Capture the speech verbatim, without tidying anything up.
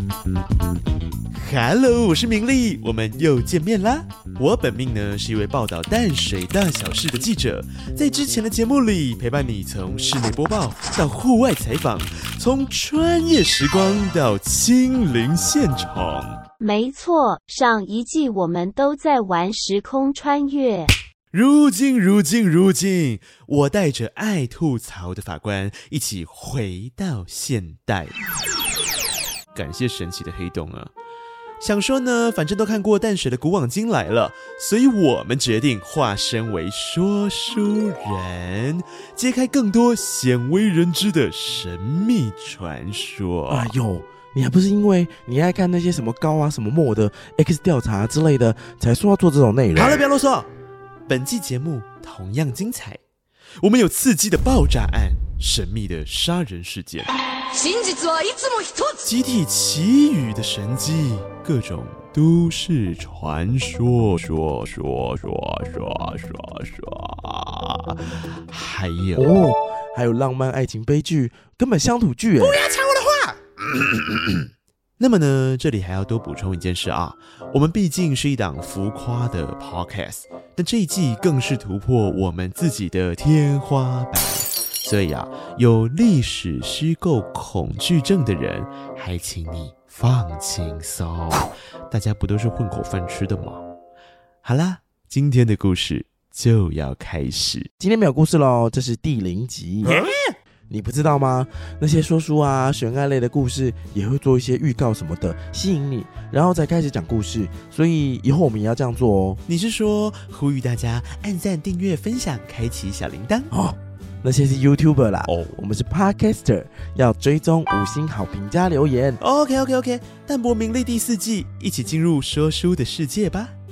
Hello， 我是明丽，我们又见面啦。我本命呢是一位报道淡水大小事的记者，在之前的节目里陪伴你从室内播报到户外采访，从穿越时光到亲临现场。 没错，上一季我们都在玩时空穿越。 如今如今如今，我带着爱吐槽的法官一起回到现代。感谢神奇的黑洞啊！想说呢，反正都看过淡水的古往今来了，所以我们决定化身为说书人，揭开更多鲜为人知的神秘传说。 哎呦，你还不是因为你爱看那些什么高啊、什么墨的 X 调查之类的，才说要做这种内容？ 好了，不要啰嗦。本季节目同样精彩，我们有刺激的爆炸案、神秘的杀人事件、集体奇遇的神迹，各种都市传说，说说说说说说，还有哦，还有浪漫爱情悲剧，根本乡土剧哎！ 不要抢我的话。那么呢，这里还要多补充一件事啊，我们毕竟是一档浮夸的 podcast， 但这一季更是突破我们自己的天花板，所以啊，有历史虚构恐惧症的人，还请你放轻松，大家不都是混口饭吃的吗？好啦，今天的故事就要开始。 今天没有故事咯，这是第零集。嗯，你不知道吗？那些说书啊、悬案类的故事也会做一些预告什么的，吸引你，然后再开始讲故事。所以以后我们也要这样做哦。 你是说呼吁大家按赞、订阅、分享、开启小铃铛？ 哦，那些是 YouTuber 啦。哦，我们是 Podcaster， 要追踪、五星好评加留言。 OK OK OK， 淡泊名利第四季，一起进入说书的世界吧。